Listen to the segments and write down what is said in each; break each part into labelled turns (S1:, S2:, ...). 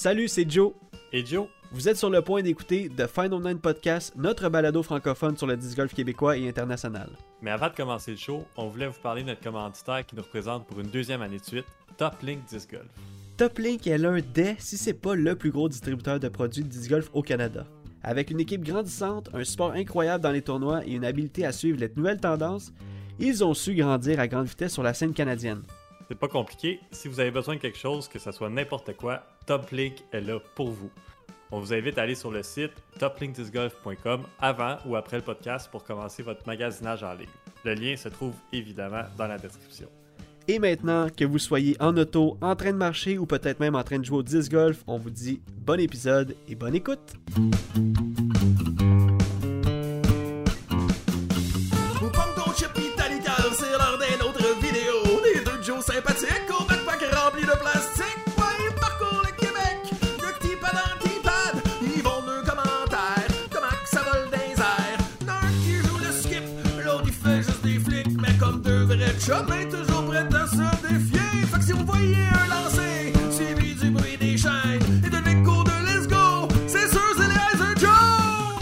S1: Salut, c'est Joe.
S2: Et Joe,
S1: Vous êtes sur le point d'écouter The Final Nine Podcast, notre balado francophone sur le disc golf québécois et international.
S2: mais avant de commencer le show, on voulait vous parler de notre commanditaire qui nous représente pour une deuxième année de suite, Top Link Disc Golf.
S1: Top Link est l'un des, si c'est pas le plus gros distributeur de produits de disc golf au Canada. Avec une équipe grandissante, un support incroyable dans les tournois et une habileté à suivre les nouvelles tendances, ils ont su grandir à grande vitesse sur la scène canadienne.
S2: C'est pas compliqué, si vous avez besoin de quelque chose, que ce soit n'importe quoi, Top Link est là pour vous. On vous invite à aller sur le site toplinkdiscgolf.com avant ou après le podcast pour commencer votre magasinage en ligne. Le lien se trouve évidemment dans la description.
S1: Et maintenant, que vous soyez en auto, en train de marcher ou peut-être même en train de jouer au disc golf, on vous dit bon épisode et bonne écoute!
S3: Pomme ton chip italical, c'est l'heure d'une autre vidéo. Les deux Joe sympathiques au backpack rempli de plastique. Ouais, ils parcourent le Québec, de keypad en keypad. Ils vont deux commentaires, comment que ça vole dans les airs. L'un qui joue le skip, l'autre il fait juste des flics. Mais comme deux vrais chums, toujours prêts à se défier. Fait que si vous voyez un lancer, suivi du bruit des chaînes et de l'écho de Let's Go, c'est sûr c'est les Heiser Joe!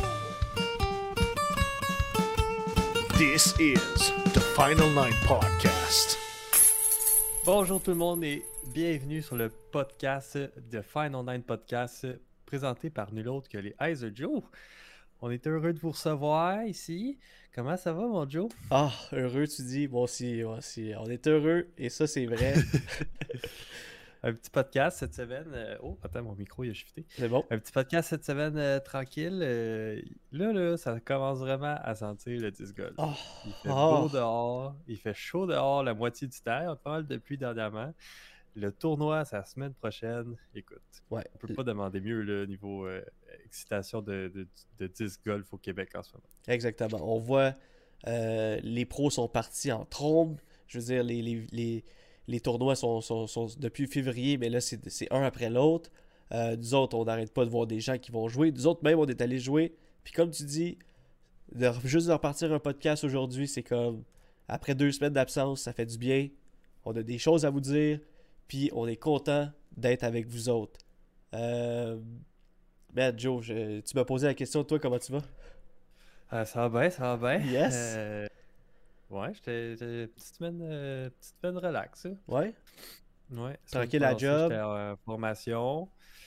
S4: This is the Final Nine Podcast.
S2: Bonjour tout le monde et bienvenue sur le podcast de Final Nine Podcast présenté par nul autre que les Heiser Joe. On est heureux de vous recevoir ici. Comment ça va mon Joe?
S1: Ah, heureux tu dis, moi aussi, on est heureux et ça c'est vrai.
S2: Un petit podcast cette semaine. Oh, attends, mon micro il a shifté.
S1: C'est bon.
S2: Un petit podcast cette semaine tranquille. Là, ça commence vraiment à sentir le disc golf.
S1: Oh,
S2: Il fait beau dehors, il fait chaud dehors la moitié du temps. Il y a pas mal de pluie dernièrement. Le tournoi, c'est la semaine prochaine. Écoute,
S1: Ouais.
S2: on peut pas demander mieux le niveau excitation de disc golf au Québec en ce moment.
S1: Exactement. On voit les pros sont partis en trombe. Je veux dire, les tournois sont depuis février, mais là, c'est un après l'autre. Nous autres, on n'arrête pas de voir des gens qui vont jouer. Nous autres, même, on est allés jouer. Puis comme tu dis, juste de repartir un podcast aujourd'hui, c'est comme, après 2 semaines d'absence, ça fait du bien. On a des choses à vous dire. Puis on est content d'être avec vous autres. Ben, Joe, tu m'as posé la question, toi, comment tu vas?
S2: Ça va bien.
S1: Yes.
S2: Ouais, j'étais petite semaine relax.
S1: Ouais.
S2: Ouais,
S1: Tranquille à job.
S2: J'étais en formation.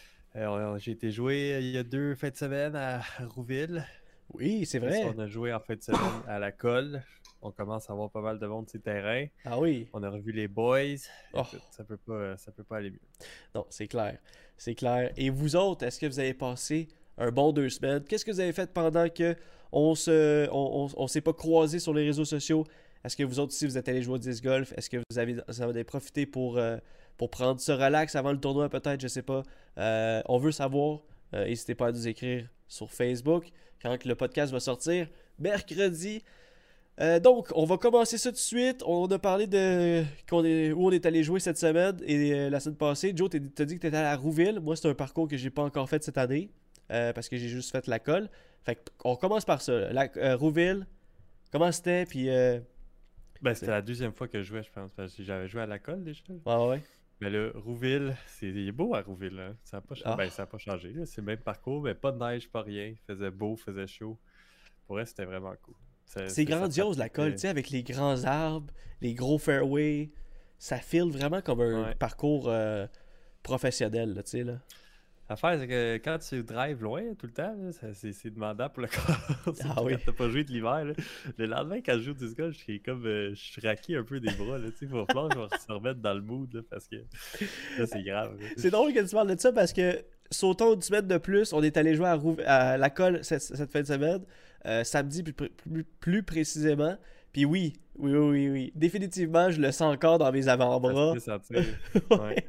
S2: J'ai été jouer il y a 2 fins de semaine à Rouville.
S1: Oui, c'est vrai.
S2: On a joué en fin de semaine à la colle. On commence à avoir pas mal de monde sur le terrain.
S1: Ah oui.
S2: On a revu les boys.
S1: Oh.
S2: Écoute, ça peut pas aller mieux.
S1: Non, c'est clair. C'est clair. Et vous autres, est-ce que vous avez passé un bon 2 semaines? Qu'est-ce que vous avez fait pendant que on s'est pas croisés sur les réseaux sociaux? Est-ce que vous autres aussi, vous êtes allés jouer au disc golf? Est-ce que vous avez profité pour prendre ce relax avant le tournoi peut-être? Je sais pas. On veut savoir. N'hésitez pas à nous écrire sur Facebook quand le podcast va sortir mercredi. Donc, on va commencer ça tout de suite. On a parlé de où on est allé jouer cette semaine et la semaine passée. Joe, t'as dit que t'étais allé à Rouville. Moi, c'est un parcours que j'ai pas encore fait cette année parce que j'ai juste fait la colle. Fait qu'on commence par ça. Rouville, comment c'était? Puis,
S2: C'était la 2e fois que je jouais, je pense. Parce que j'avais joué à la colle déjà.
S1: ouais.
S2: Mais là, Rouville, il est beau à Rouville. Hein. Ça n'a pas changé. Là. C'est le même parcours, mais pas de neige, pas rien. Il faisait beau, il faisait chaud. Pour elle, c'était vraiment cool.
S1: C'est grandiose la colle, tu sais, avec les grands arbres, les gros fairways. Ça file vraiment comme un parcours professionnel, tu sais, là.
S2: L'affaire, c'est que quand tu drives loin tout le temps, là, c'est demandant pour le corps.
S1: Ah oui.
S2: Quand t'as pas joué de l'hiver, là. Le lendemain, quand je joue du golf, je suis raqué un peu des bras. Il va falloir que je vais se remettre dans le mood là, parce que là, c'est grave. Là.
S1: C'est drôle que tu parles de ça parce que sautons une semaine de plus, on est allé jouer à la colle cette fin de semaine, samedi plus précisément. Puis oui. Définitivement, je le sens encore dans mes avant-bras.
S2: Ça se fait sentir. Ouais.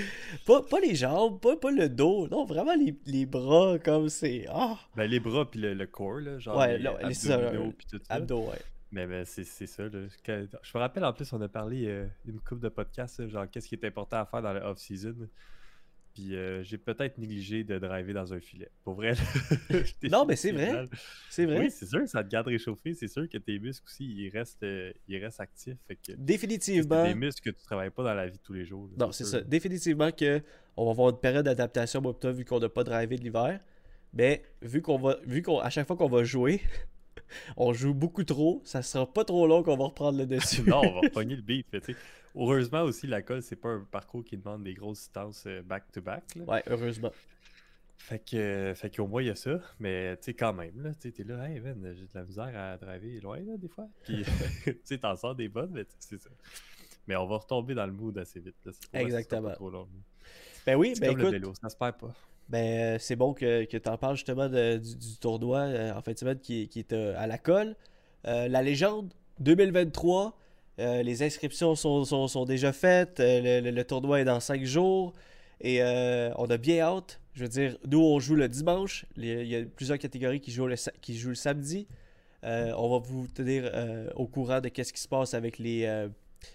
S1: Pas les jambes, pas le dos, non, vraiment les bras comme c'est...
S2: Ben, les bras puis le corps, là, genre
S1: les
S2: abdominaux puis tout ça.
S1: Abdos, ouais.
S2: Mais c'est ça. Là. Je me rappelle, en plus, on a parlé d'une couple de podcasts, là, genre qu'est-ce qui est important à faire dans le off-season. Puis j'ai peut-être négligé de driver dans un filet. Pour vrai.
S1: Non, mais c'est vrai. C'est vrai.
S2: Oui, c'est sûr, ça te garde réchauffé. C'est sûr que tes muscles aussi, ils restent actifs. Fait que
S1: Définitivement.
S2: c'est des muscles que tu travailles pas dans la vie de tous les jours.
S1: Non, c'est ça. Définitivement que on va avoir une période d'adaptation, moi, vu qu'on n'a pas drivé de l'hiver. Mais vu qu'à chaque fois qu'on va jouer, on joue beaucoup trop, ça sera pas trop long qu'on va reprendre le dessus.
S2: Non, on va repogner le beat. Heureusement aussi, la colle, c'est pas un parcours qui demande des grosses distances back-to-back.
S1: Ouais, heureusement.
S2: Fait qu'au moins, il y a ça. Mais tu sais, quand même, là, t'es là, hey, man, j'ai de la misère à driver loin, là, des fois. Puis, tu sais, t'en sors des bonnes, mais c'est ça. Mais on va retomber dans le mood assez vite. Là.
S1: Exactement.
S2: Pas trop long.
S1: Ben oui,
S2: c'est
S1: ben
S2: comme
S1: écoute.
S2: le vélo, ça se perd pas.
S1: Ben, c'est bon que tu en parles justement du tournoi en fin de semaine qui est à la colle. La légende 2023, les inscriptions sont déjà faites. Le tournoi est dans 5 jours. Et on a bien hâte. Je veux dire, nous, on joue le dimanche. Il y a plusieurs catégories qui jouent le samedi. On va vous tenir au courant de ce qui se passe avec les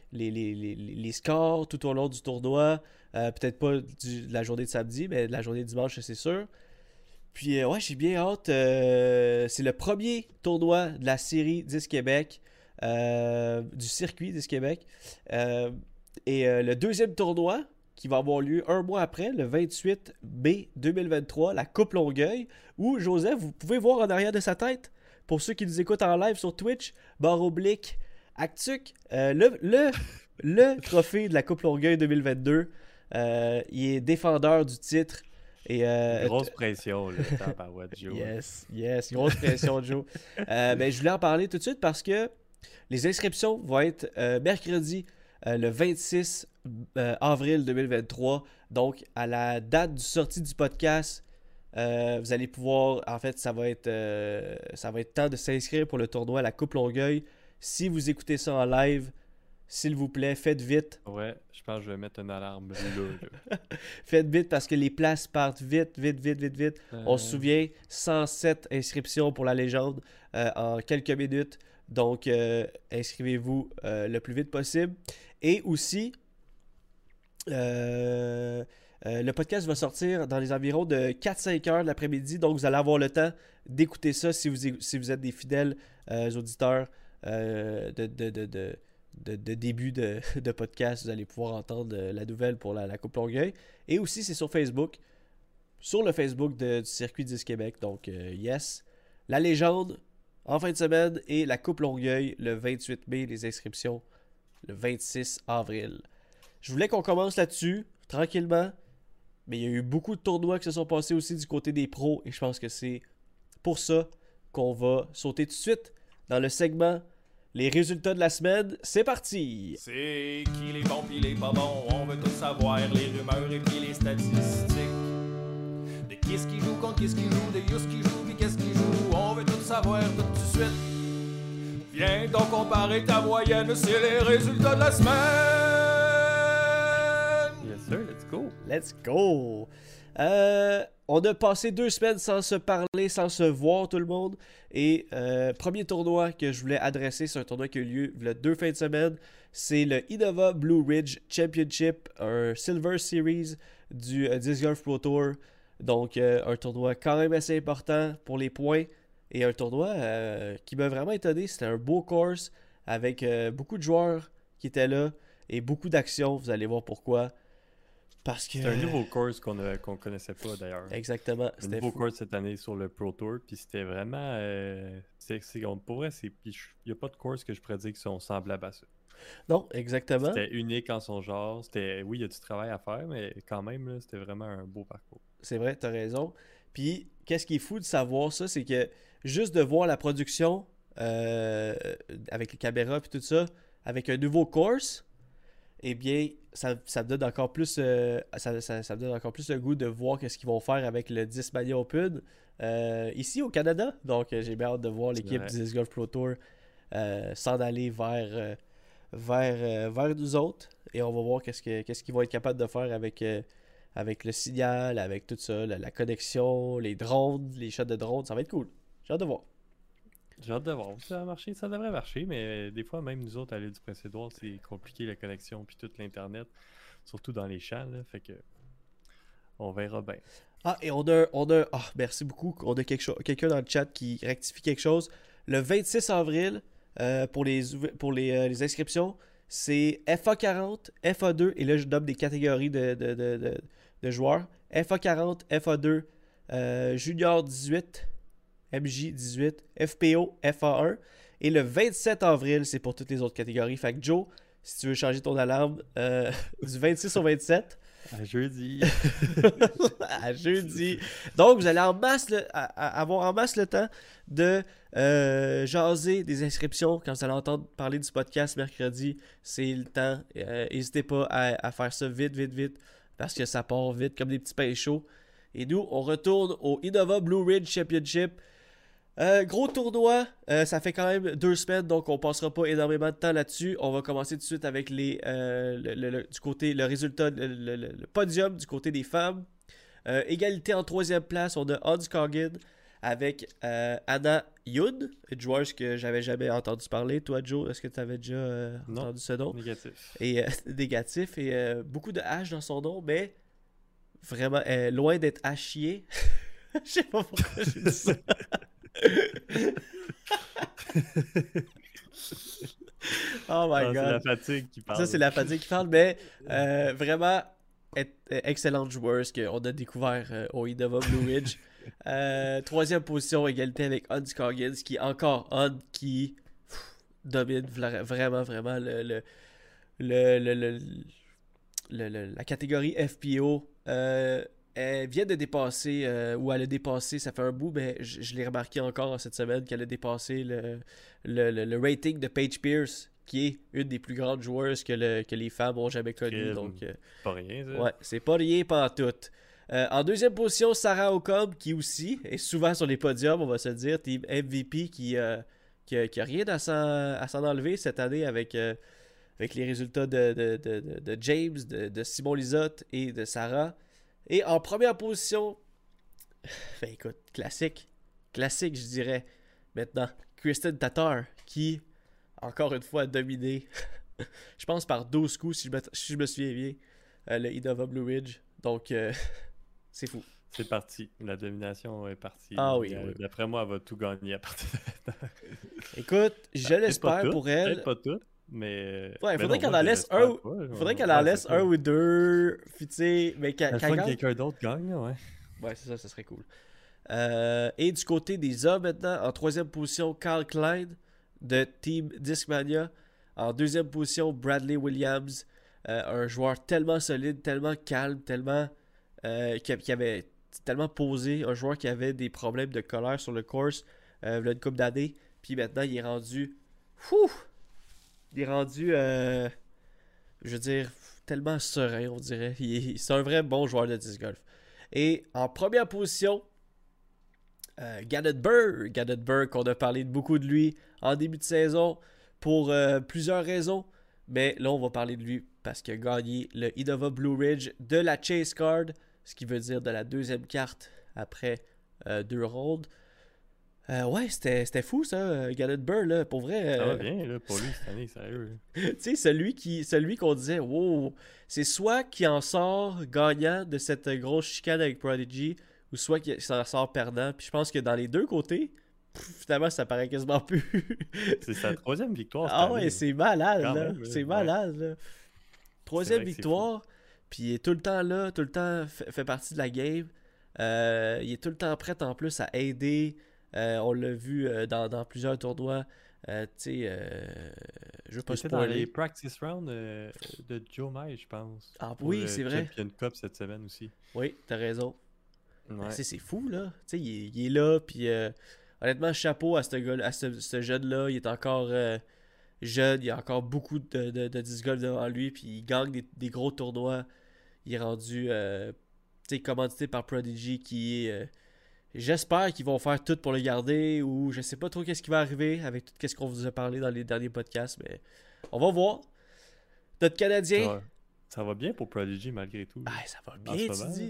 S1: scores tout au long du tournoi. Peut-être pas de la journée de samedi, mais de la journée de dimanche, c'est sûr. Puis, ouais, j'ai bien hâte. C'est le premier tournoi de la série 10 Québec, du circuit 10 Québec. Et le deuxième tournoi qui va avoir lieu un mois après, le 28 mai 2023, la Coupe Longueuil, où, Joseph, vous pouvez voir en arrière de sa tête, pour ceux qui nous écoutent en live sur Twitch, /Actuc, le trophée de la Coupe Longueuil 2022. Il est défendeur du titre. Et,
S2: grosse pression, là, tabarouette, Joe.
S1: Yes, grosse pression, Joe. Ben, je voulais en parler tout de suite parce que les inscriptions vont être mercredi, le 26 avril 2023. Donc, à la date du sortie du podcast, vous allez pouvoir, en fait, ça va être temps de s'inscrire pour le tournoi à la Coupe Longueuil. Si vous écoutez ça en live, s'il vous plaît, faites vite.
S2: Ouais, je pense que je vais mettre une alarme là.
S1: Faites vite parce que les places partent vite. On se souvient, 107 inscriptions pour la légende en quelques minutes. Donc, inscrivez-vous le plus vite possible. Et aussi, le podcast va sortir dans les environs de 4-5 heures de l'après-midi. Donc, vous allez avoir le temps d'écouter ça si vous êtes des fidèles auditeurs de début de podcast. Vous allez pouvoir entendre la nouvelle pour la Coupe Longueuil. Et aussi, c'est sur Facebook. Sur le Facebook du Circuit 10 Québec. Donc, yes. La légende en fin de semaine et la Coupe Longueuil le 28 mai. Les inscriptions le 26 avril. Je voulais qu'on commence là-dessus, tranquillement. Mais il y a eu beaucoup de tournois qui se sont passés aussi du côté des pros. Et je pense que c'est pour ça qu'on va sauter tout de suite dans le segment les résultats de la semaine. C'est parti!
S3: C'est qui les bons pis les pas bons, on veut tout savoir, les rumeurs et puis les statistiques. De qui est-ce qui joue contre qui est-ce qui joue, de Yus qui joue pis qu'est-ce qui joue, on veut tout savoir tout de suite. Viens donc comparer ta moyenne, c'est les résultats de la semaine!
S2: Yes sir, let's go!
S1: Let's go! On a passé 2 semaines sans se parler, sans se voir tout le monde. Et premier tournoi que je voulais adresser, c'est un tournoi qui a eu lieu il y a 2 fins de semaine. C'est le Innova Blue Ridge Championship, un Silver Series du Disc Golf Pro Tour. Donc un tournoi quand même assez important pour les points. Et un tournoi qui m'a vraiment étonné. C'était un beau course avec beaucoup de joueurs qui étaient là et beaucoup d'actions. Vous allez voir pourquoi. Parce que...
S2: C'est un nouveau course qu'on connaissait pas d'ailleurs.
S1: Exactement.
S2: Un nouveau course cette année sur le Pro Tour. Puis c'était vraiment. Pour vrai, il n'y a pas de course que je pourrais dire qui sont semblables à ça.
S1: Non, exactement.
S2: C'était unique en son genre. Oui, il y a du travail à faire, mais quand même, là, c'était vraiment un beau parcours.
S1: C'est vrai, t'as raison. Puis, qu'est-ce qui est fou de savoir ça, c'est que juste de voir la production avec les caméras et tout ça, avec un nouveau course, eh bien, ça me donne encore plus ça me donne encore plus le goût de voir qu'est-ce qu'ils vont faire avec le Discmania Open ici au Canada. Donc, j'ai bien hâte de voir l'équipe du Disc Golf Pro Tour s'en aller vers nous autres. Et on va voir qu'est-ce qu'ils vont être capables de faire avec le signal, avec tout ça, la connexion, les drones, les shots de drones. Ça va être cool. J'ai hâte de voir.
S2: J'ai hâte de voir. Ça devrait marcher, mais des fois, même nous autres, à l'île du Prince-Édouard, c'est compliqué la connexion puis toute l'Internet, surtout dans les champs. Là, fait que On verra bien.
S1: Ah, et merci beaucoup. On a quelqu'un dans le chat qui rectifie quelque chose. Le 26 avril, pour les inscriptions, c'est FA40, FA2, et là je nomme des catégories de joueurs. FA40, FA2, Junior 18, MJ 18, FPO, FA1. Et le 27 avril, c'est pour toutes les autres catégories. Fait que Joe, si tu veux changer ton alarme, du 26 au 27...
S2: À jeudi.
S1: À jeudi. Donc, vous allez avoir en masse le temps de jaser des inscriptions. Quand vous allez entendre parler du podcast mercredi, c'est le temps. N'hésitez pas à faire ça vite, parce que ça part vite comme des petits pains chauds. Et nous, on retourne au Innova Blue Ridge Championship. Gros tournoi, ça fait quand même 2 semaines, donc on passera pas énormément de temps là-dessus. On va commencer tout de suite avec le résultat, le podium du côté des femmes. Égalité en 3e place, on a Hans Coggin avec Anna Youn, une joueuse que j'avais jamais entendu parler. Toi, Joe, est-ce que tu avais déjà entendu ce nom?
S2: Négatif.
S1: Et négatif, et beaucoup de H dans son nom, mais vraiment loin d'être à chier. Je sais pas pourquoi j'ai dit ça. Oh my god.
S2: C'est la fatigue qui parle.
S1: Ça, c'est la fatigue qui parle, mais vraiment excellente joueuse qu'on a découvert au Innova Blue Ridge. 3e position, égalité avec Hans Coggins, qui encore qui domine vraiment la catégorie FPO. Elle vient de dépasser, ou elle a dépassé, ça fait un bout, mais je l'ai remarqué encore cette semaine qu'elle a dépassé le rating de Paige Pierce, qui est une des plus grandes joueuses que les femmes ont jamais connues. Donc,
S2: pas rien, ça.
S1: Ouais, c'est pas rien pantoute. En 2e position, Sarah Ocom, qui aussi est souvent sur les podiums, on va se dire, team MVP, qui a rien à s'en enlever cette année avec les résultats de James, de Simon Lizotte et de Sarah. Et en première position, ben écoute, classique, je dirais, maintenant, Kristen Tatar, qui, encore une fois, a dominé, je pense par 12 coups, si je me souviens bien, le Innova Blue Ridge. Donc, c'est fou.
S2: C'est parti. La domination est partie.
S1: Ah oui.
S2: D'après moi, elle va tout gagner à partir de maintenant.
S1: Écoute, je l'espère pour elle.
S2: Peut-être pas tout. Mais.
S1: Ouais, il faudrait qu'elle en laisse un ou deux. Puis tu sais, mais qu'elle gagne.
S2: Quelqu'un d'autre gagne, ouais.
S1: Ouais, c'est ça serait cool. Et du côté des hommes maintenant, en 3e position, Carl Klein de Team Discmania. En 2e position, Bradley Williams, un joueur tellement solide, tellement calme, tellement qui avait tellement posé, un joueur qui avait des problèmes de colère sur le course il y a une couple d'années. Puis maintenant, il est rendu. Il est rendu, je veux dire, tellement serein, on dirait. C'est un vrai bon joueur de disc golf. Et en première position, Gannon Buhr, qu'on a parlé beaucoup de lui en début de saison pour plusieurs raisons. Mais là, on va parler de lui parce qu'il a gagné le Innova Blue Ridge de la Chase Card, ce qui veut dire de la 2e carte après 2 rondes. Ouais, c'était fou ça, Gannon Buhr, là, pour vrai.
S2: Ça va bien, là, pour lui, cette année, sérieux.
S1: Tu sais, celui qu'on disait, wow, c'est soit qui en sort gagnant de cette grosse chicane avec Prodigy, ou soit qui s'en sort perdant. Puis je pense que dans les deux côtés, finalement, ça paraît quasiment plus.
S2: C'est sa 3e victoire cette
S1: année.
S2: Ouais,
S1: c'est malade, là.
S2: Même,
S1: c'est malade, là. 3e victoire, puis il est tout le temps là, tout le temps fait partie de la game. Il est tout le temps prêt en plus à aider. On l'a vu dans plusieurs tournois. Tu sais, je veux pas spoiler.
S2: Dans les practice rounds de Joe May, je pense.
S1: Ah oui, c'est vrai.
S2: Champion Cup cette semaine aussi.
S1: Oui, t'as raison.
S2: Ouais.
S1: C'est fou, là. Tu sais, il est là, puis honnêtement, chapeau à ce gars, à ce jeune-là. Il est encore jeune, il a encore beaucoup de disc golf devant lui, puis il gagne des gros tournois. Il est rendu commandité par Prodigy, qui est... J'espère qu'ils vont faire tout pour le garder, ou je sais pas trop qu'est-ce qui va arriver avec tout ce qu'on vous a parlé dans les derniers podcasts, mais on va voir. Notre Canadien...
S2: Ça va bien pour Prodigy malgré tout.
S1: Ah, ça va bien, tu dis.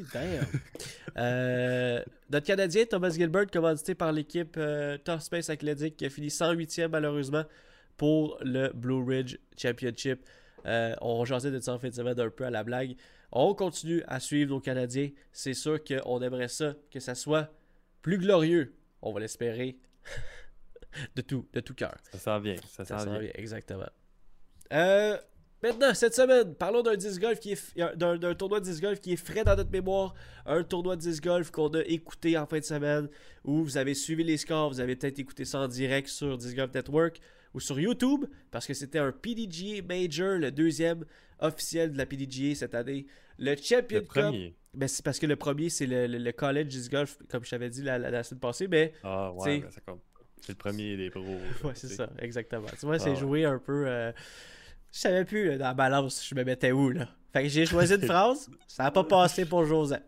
S1: Notre Canadien, Thomas Gilbert, commandité par l'équipe Top Space Athletic, qui a fini 108e malheureusement pour le Blue Ridge Championship. On jasait de ça en fin de semaine un peu à la blague. On continue à suivre nos Canadiens. C'est sûr qu'on aimerait ça, que ça soit plus glorieux. On va l'espérer de tout cœur.
S2: Ça s'en vient, ça s'en vient.
S1: Exactement. Maintenant, cette semaine, parlons d'un disc golf d'un tournoi de disc golf qui est frais dans notre mémoire. Un tournoi de disc golf qu'on a écouté en fin de semaine, où vous avez suivi les scores, vous avez peut-être écouté ça en direct sur Disc Golf Network ou sur YouTube, parce que c'était un PDGA Major, le deuxième officiel de la PDGA cette année. Le Champion
S2: Le
S1: Cup.
S2: premier.
S1: Ben, c'est parce que le premier, c'est le College Disc Golf, comme je t'avais dit la semaine passée, mais...
S2: Ah ouais, ben, ça compte. C'est le premier des pros.
S1: Ouais, c'est ça, exactement. Tu vois, c'est
S2: ouais.
S1: joué un peu... Je savais plus là, dans la balance, je me mettais où, là. Fait que j'ai choisi une phrase, ça n'a pas passé pour Joseph.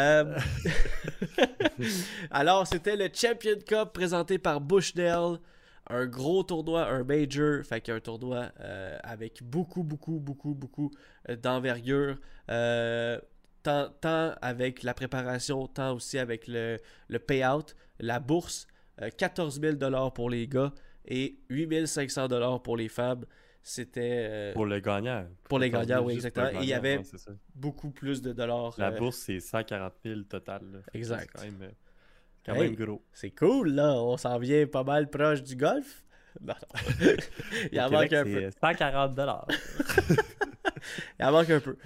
S1: Alors, c'était le Champion Cup présenté par Bushnell. Un gros tournoi, un major, fait qu'un tournoi avec beaucoup d'envergure. Tant avec la préparation, tant aussi avec le payout, la bourse. 14 000 $ pour les gars et 8 500 $ pour les femmes. C'était...
S2: Pour le gagnant.
S1: Pour les gagnants, oui,
S2: Juste
S1: exactement.
S2: pour le
S1: Et il y
S2: gagnant,
S1: avait
S2: ouais, c'est ça.
S1: beaucoup plus de dollars.
S2: La bourse, c'est 140 000 total. Là.
S1: Exact.
S2: C'est quand même gros.
S1: C'est cool, là. On s'en vient pas mal proche du golf. Non. Il en manque un peu.
S2: 140 $.
S1: Il en manque un peu.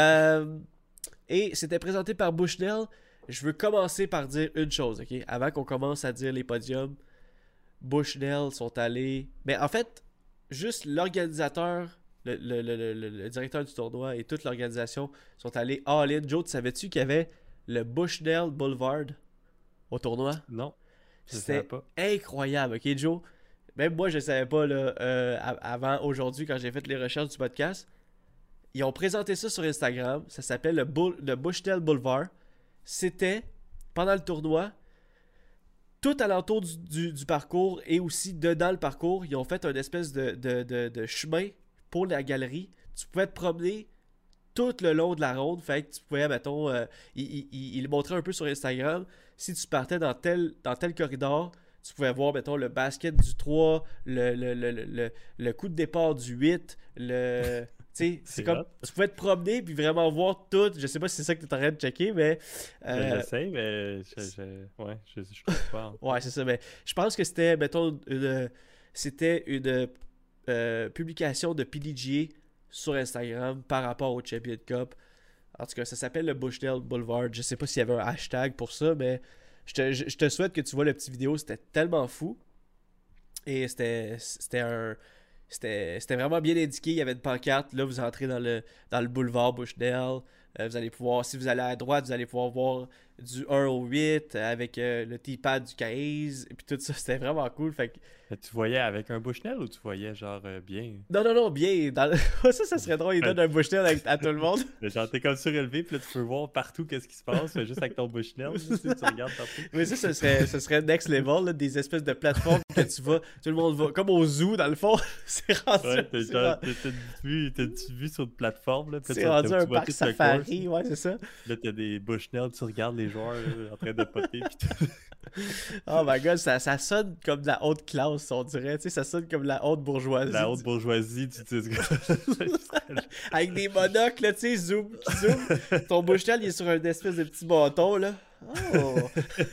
S1: Et c'était présenté par Bushnell. Je veux commencer par dire une chose, OK? Avant qu'on commence à dire les podiums, Bushnell sont allés... Mais en fait, juste l'organisateur, le directeur du tournoi et toute l'organisation sont allés all-in. Joe, tu savais-tu qu'il y avait le Bushnell Boulevard au tournoi?
S2: Non, je ne savais
S1: C'était
S2: pas.
S1: incroyable, OK, Joe? Même moi, je ne savais pas là, avant aujourd'hui, quand j'ai fait les recherches du podcast. Ils ont présenté ça sur Instagram. Ça s'appelle le Bushnell Boulevard. C'était, pendant le tournoi, tout alentour du parcours et aussi dedans le parcours, ils ont fait une espèce de chemin pour la galerie. Tu pouvais te promener tout le long de la ronde. Fait que tu pouvais, mettons, il montrait un peu sur Instagram. Si tu partais dans tel corridor, tu pouvais voir, mettons, le basket du 3, le coup de départ du 8, c'est comme, tu pouvais te promener puis vraiment voir tout. Je sais pas si c'est ça que tu es en train de checker, mais...
S2: J'essaie, mais je trouve pas.
S1: Ouais, c'est ça, mais je pense que c'était, mettons, c'était une publication de PDGA sur Instagram par rapport au Champion Cup. En tout cas, ça s'appelle le Bushnell Boulevard. Je sais pas s'il y avait un hashtag pour ça, mais je te souhaite que tu vois la petite vidéo. C'était tellement fou. Et c'était vraiment bien indiqué. Il y avait une pancarte. Là, vous entrez dans le boulevard Bushnell. Vous allez pouvoir, si vous allez à droite, vous allez pouvoir voir du 1 au 8 avec le T-pad du 15. Et puis tout ça, c'était vraiment cool. Fait que...
S2: Tu voyais avec un Bushnell ou tu voyais genre bien?
S1: Non, bien. Ça serait drôle. Il donne un Bushnell à tout le monde.
S2: Genre, t'es comme surélevé, puis là, tu peux voir partout qu'est-ce qui se passe, juste avec ton Bushnell. Tu regardes partout.
S1: Mais ça, ce serait next level, là, des espèces de plateformes que tu vas, tout le monde va, comme au zoo, dans le fond. C'est rendu...
S2: Ouais, t'as une vue sur une plateforme. Là,
S1: c'est rendu un parc safari, ouais, c'est ça.
S2: Là, t'as des Bushnell, tu regardes les joueurs là, en train de poter.
S1: Oh my god, ça sonne comme de la haute classe, on dirait. Tu sais, ça sonne comme de la haute bourgeoisie.
S2: La haute bourgeoisie, tu dis.
S1: Avec des monocles, là, tu sais, zoom. Ton Bushnell, il est sur un espèce de petit bâton, là. Oh!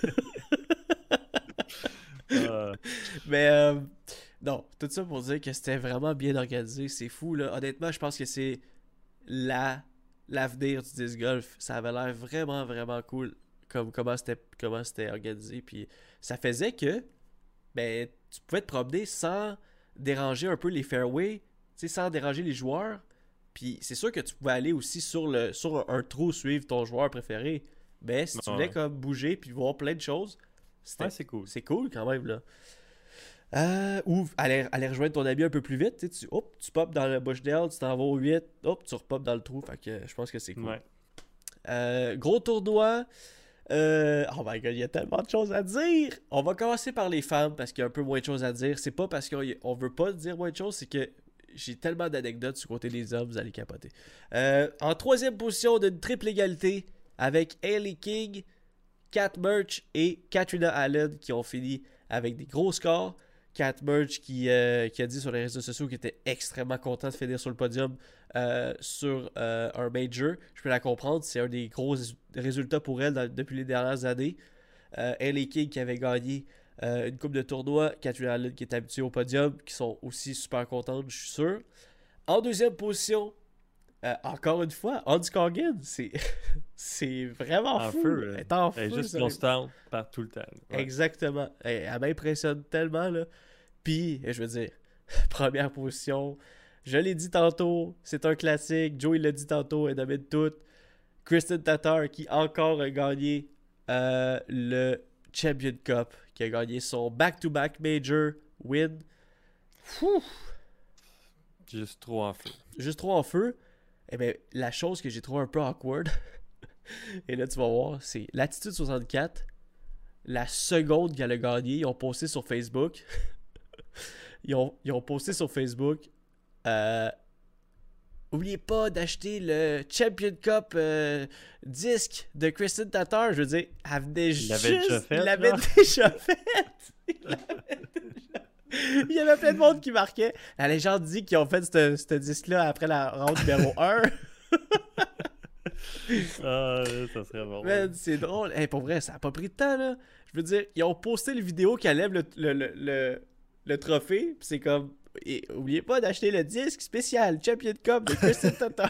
S1: Mais, non, tout ça pour dire que c'était vraiment bien organisé. C'est fou, là. Honnêtement, je pense que c'est l'avenir du disc golf. Ça avait l'air vraiment, vraiment cool. Comment c'était organisé, puis ça faisait que tu pouvais te promener sans déranger un peu les fairways, sans déranger les joueurs, puis c'est sûr que tu pouvais aller aussi sur un trou suivre ton joueur préféré, mais si tu voulais comme bouger puis voir plein de choses,
S2: c'est cool.
S1: C'est cool quand même, là. Ou aller rejoindre ton ami un peu plus vite, tu popes dans le Bushnell, tu t'en vas au 8, tu repopes dans le trou, fait que je pense que c'est cool. Ouais. Gros tournoi. Oh my god, il y a tellement de choses à dire. On va commencer par les femmes parce qu'il y a un peu moins de choses à dire. C'est pas parce qu'on veut pas dire moins de choses, c'est que j'ai tellement d'anecdotes du côté des hommes, vous allez capoter. En troisième position d'une triple égalité avec Hailey King, Kat Murch et Katrina Allen qui ont fini avec des gros scores. Cat Merge qui a dit sur les réseaux sociaux qu'il était extrêmement content de finir sur le podium sur un major. Je peux la comprendre, c'est un des gros résultats pour elle depuis les dernières années. LA King qui avait gagné une coupe de tournois, Catherine Allen qui est habituée au podium, qui sont aussi super contentes, je suis sûr. En deuxième position, encore une fois, Hans Coggin, c'est vraiment
S2: En
S1: fou.
S2: feu.
S1: Elle est en
S2: Elle est
S1: feu,
S2: juste
S1: ça.
S2: constante par tout le temps. Ouais.
S1: Exactement. Elle m'impressionne tellement, là. Puis, je veux dire, première position, je l'ai dit tantôt, c'est un classique. Joe, il l'a dit tantôt, elle domine tout. Kristen Tatar, qui encore a gagné le Champion Cup, qui a gagné son back-to-back major win. Fou!
S2: Juste trop en feu.
S1: Juste trop en feu. Eh bien, la chose que j'ai trouvé un peu awkward, et là, tu vas voir, c'est l'Attitude 64. La seconde qu'elle a gagné, ils ont posté sur Facebook. ils ont posté sur Facebook. Oubliez pas d'acheter le Champion Cup disque de Kristen Tatar. Je veux dire, elle venait
S2: Il l'avait déjà fait.
S1: Il l'avait déjà fait. Il y avait plein de monde qui marquait. La légende dit qu'ils ont fait ce disque-là après la ronde numéro 1.
S2: Ah, ça serait bon.
S1: Man, c'est drôle. Hey, pour vrai, ça a pas pris de temps, là. Je veux dire, ils ont posté le vidéo qui lève le trophée. Puis c'est comme, oubliez pas d'acheter le disque spécial Champion Cup de Kristen Tatar.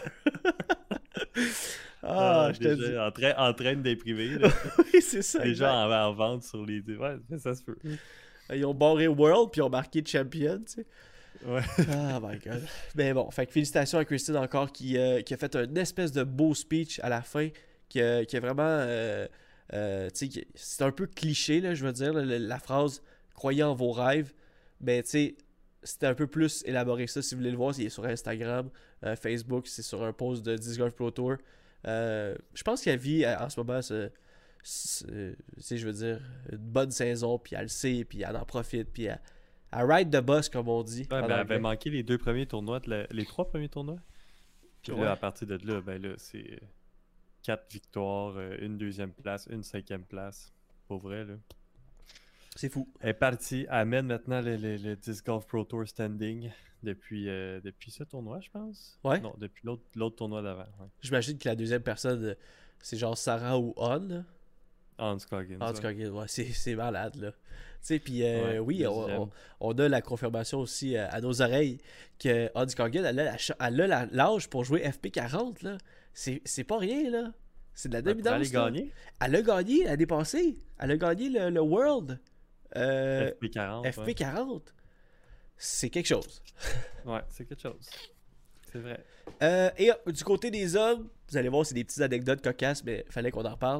S1: Je te dis.
S2: En train de déprimer. Là.
S1: Oui, c'est ça.
S2: Déjà en vente sur les... Ouais, ça se peut.
S1: Ils ont barré World puis ils ont marqué Champion, tu sais.
S2: Ouais.
S1: Oh my god. Mais bon, fait que félicitations à Kristen encore qui a fait un espèce de beau speech à la fin qui a vraiment tu sais, c'est un peu cliché là, je veux dire la phrase croyez en vos rêves, mais tu sais c'était un peu plus élaboré que ça. Si vous voulez le voir, il est sur Instagram, Facebook, c'est sur un post de Disc Golf Pro Tour. Je pense qu'elle vit en ce moment je veux dire une bonne saison, puis elle le sait, puis elle en profite, puis elle ride the bus, comme on dit.
S2: Ouais, ben, elle avait manqué les 2 premiers tournois, les 3 premiers tournois. Puis là, à partir de là, ben là, c'est 4 victoires, une 2e place, une 5e place. Pour vrai, là.
S1: C'est fou.
S2: Elle est partie, elle mène maintenant le Disc Golf Pro Tour standing depuis ce tournoi, je pense.
S1: Ouais.
S2: Non, depuis l'autre tournoi d'avant. Ouais.
S1: J'imagine que la deuxième personne, c'est genre Sarah ou On. Là.
S2: Hans Coggins.
S1: Hans Coggins, ouais, c'est malade, là. Tu sais, puis oui,
S2: deuxième.
S1: on a la confirmation aussi à nos oreilles que Hans Coggins, elle a l'âge pour jouer FP40, là. C'est pas rien, là. C'est de la dominance.
S2: Elle a gagné.
S1: Elle a gagné l'année passée. Elle a gagné le World.
S2: FP40.
S1: FP40.
S2: Ouais.
S1: C'est quelque chose.
S2: Ouais, c'est quelque chose. C'est vrai.
S1: Et du côté des hommes, vous allez voir, c'est des petites anecdotes cocasses, mais il fallait qu'on en reparle.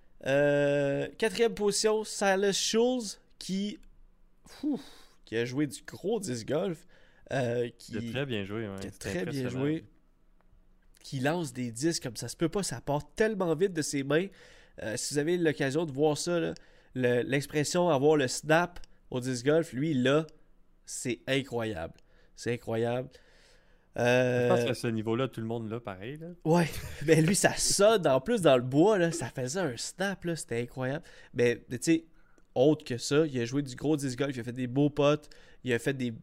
S1: 4e position, Silas Schulz qui a joué du gros disc golf. Qui
S2: a très bien joué. Ouais.
S1: Qui a très bien joué. Qui lance des disques comme ça se peut pas, ça part tellement vite de ses mains. Si vous avez l'occasion de voir ça, là, l'expression avoir le snap au disc golf, lui là, c'est incroyable. C'est incroyable.
S2: Je pense qu'à ce niveau-là, tout le monde l'a pareil. Là.
S1: Ouais, mais lui, ça sonne en plus dans le bois, là, ça faisait un snap, là, c'était incroyable. Mais tu sais, autre que ça, il a joué du gros disc golf, il a fait des beaux putts, il a fait des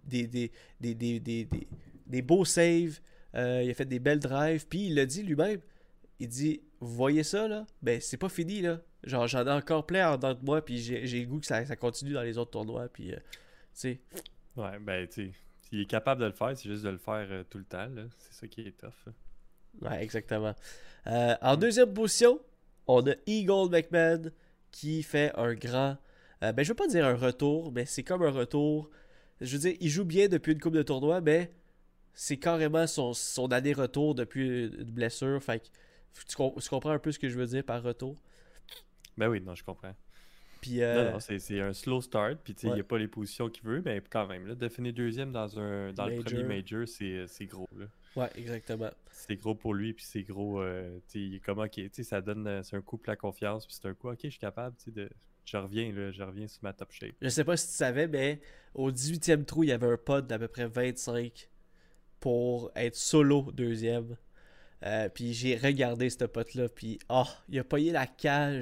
S1: beaux saves, il a fait des belles drives, puis il l'a dit lui-même, il dit, vous voyez ça, là, ben c'est pas fini, là. Genre, j'en ai encore plein en dedans de moi, puis j'ai le goût que ça continue dans les autres tournois, puis, tu sais.
S2: Ouais, ben, tu sais. Il est capable de le faire, c'est juste de le faire tout le temps. Là. C'est ça qui est tough. Là.
S1: Ouais, exactement. En deuxième position, on a Eagle McMahon qui fait un grand... je veux pas dire un retour, mais c'est comme un retour. Je veux dire, il joue bien depuis une couple de tournois, mais c'est carrément son année retour depuis une blessure. Fait que tu comprends un peu ce que je veux dire par retour?
S2: Ben oui, non, je comprends.
S1: Puis,
S2: non, c'est un slow start, puis il
S1: ouais.
S2: n'y a pas les positions qu'il veut, mais quand même, là, de finir deuxième dans le premier major, c'est gros. Là.
S1: Ouais, exactement.
S2: C'est gros pour lui, puis c'est gros, ça donne, c'est un coup pour la confiance, puis c'est un coup, ok, je suis capable, je reviens sur ma top shape.
S1: Je sais pas si tu savais, mais au 18e trou, il y avait un putt d'à peu près 25 pour être solo deuxième. Puis j'ai regardé ce putt-là, puis il a pogné la cage.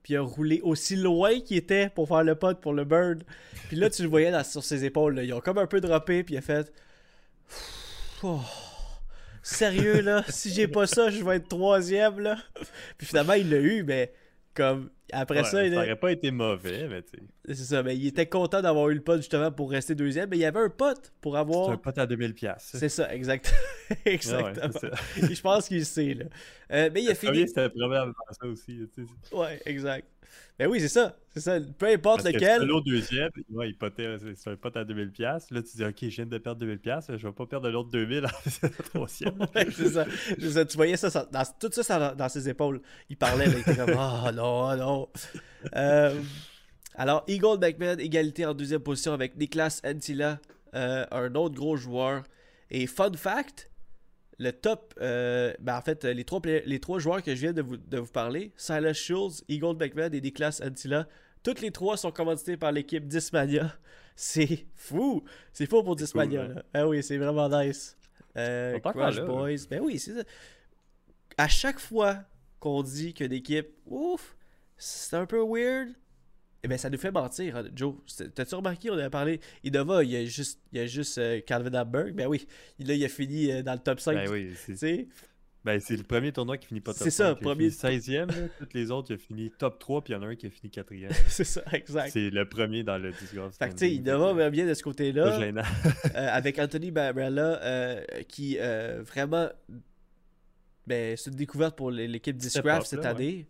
S1: puis il a roulé aussi loin qu'il était pour faire le putt pour le bird. Puis là, tu le voyais sur ses épaules. Là. Ils ont comme un peu droppé, puis il a fait... Oh, sérieux, là? Si j'ai pas ça, je vais être 3e, là. Puis finalement, il l'a eu, mais comme... Après ça,
S2: ça aurait pas été mauvais, mais tu sais.
S1: C'est ça, mais il était content d'avoir eu le putt justement pour rester 2e, mais il y avait un putt pour avoir...
S2: C'est un pote à 2000$.
S1: C'est ça, exactement.
S2: C'est ça.
S1: Je pense qu'il le sait, là. Mais il a fini...
S2: C'était probablement ça aussi. Tu sais.
S1: Ouais, exact. Mais oui, c'est ça. Peu importe
S2: Parce
S1: lequel.
S2: Que l'autre deuxième, ouais, il potait, c'est un pote à 2000$. Là, tu dis, OK, je viens de perdre 2000$, je vais pas perdre l'autre 2000$ en troisième.
S1: Ouais, c'est ça. Tu voyais ça, tout ça dans ses épaules. Il parlait, là, il était comme, oh non, non. Alors, Eagle McMahon, égalité en 2e position avec Niklas Antila, un autre gros joueur. Et fun fact, le top, en fait, les trois joueurs que je viens de vous parler, Silas Schultz, Eagle McMahon et Niklas Antila, toutes les trois sont commandités par l'équipe Discmania. C'est fou! C'est fou pour Discmania,
S2: cool,
S1: là. Ah oui, c'est vraiment nice. Crush Boys. Ben oui, c'est ça. À chaque fois qu'on dit qu'une équipe, ouf, c'est un peu weird, eh ben ça nous fait mentir, hein, Joe. T'as-tu remarqué, on avait parlé, Innova, il y a juste Calvin Hamburg. Ben oui, là, il a fini dans le top 5.
S2: Ben oui,
S1: c'est
S2: le premier tournoi qui finit pas top 5.
S1: C'est ça,
S2: premier 16e, là, toutes les autres, il a fini top 3, puis il y en a un qui a fini 4e.
S1: C'est ça, exact.
S2: C'est le premier dans le disc golf.
S1: Fait que tu sais, Innova va bien de ce côté-là.
S2: Pas gênant.
S1: Avec Anthony Barella, qui vraiment... Ben, c'est une découverte pour l'équipe Discraft cette année.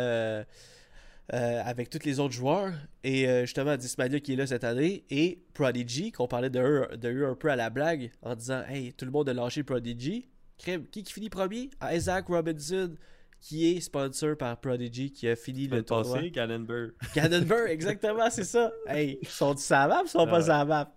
S1: Avec tous les autres joueurs. Et justement, Discmania qui est là cette année. Et Prodigy, qu'on parlait de eux un peu à la blague, en disant « Hey, tout le monde a lâché Prodigy. » Qui finit premier? Isaac Robinson, qui est sponsor par Prodigy, qui a fini le tournoi.
S2: Passé, Gannonburg.
S1: Gannonburg, exactement, c'est ça. Hey, sont-ils sur la map ou sont pas sur la map?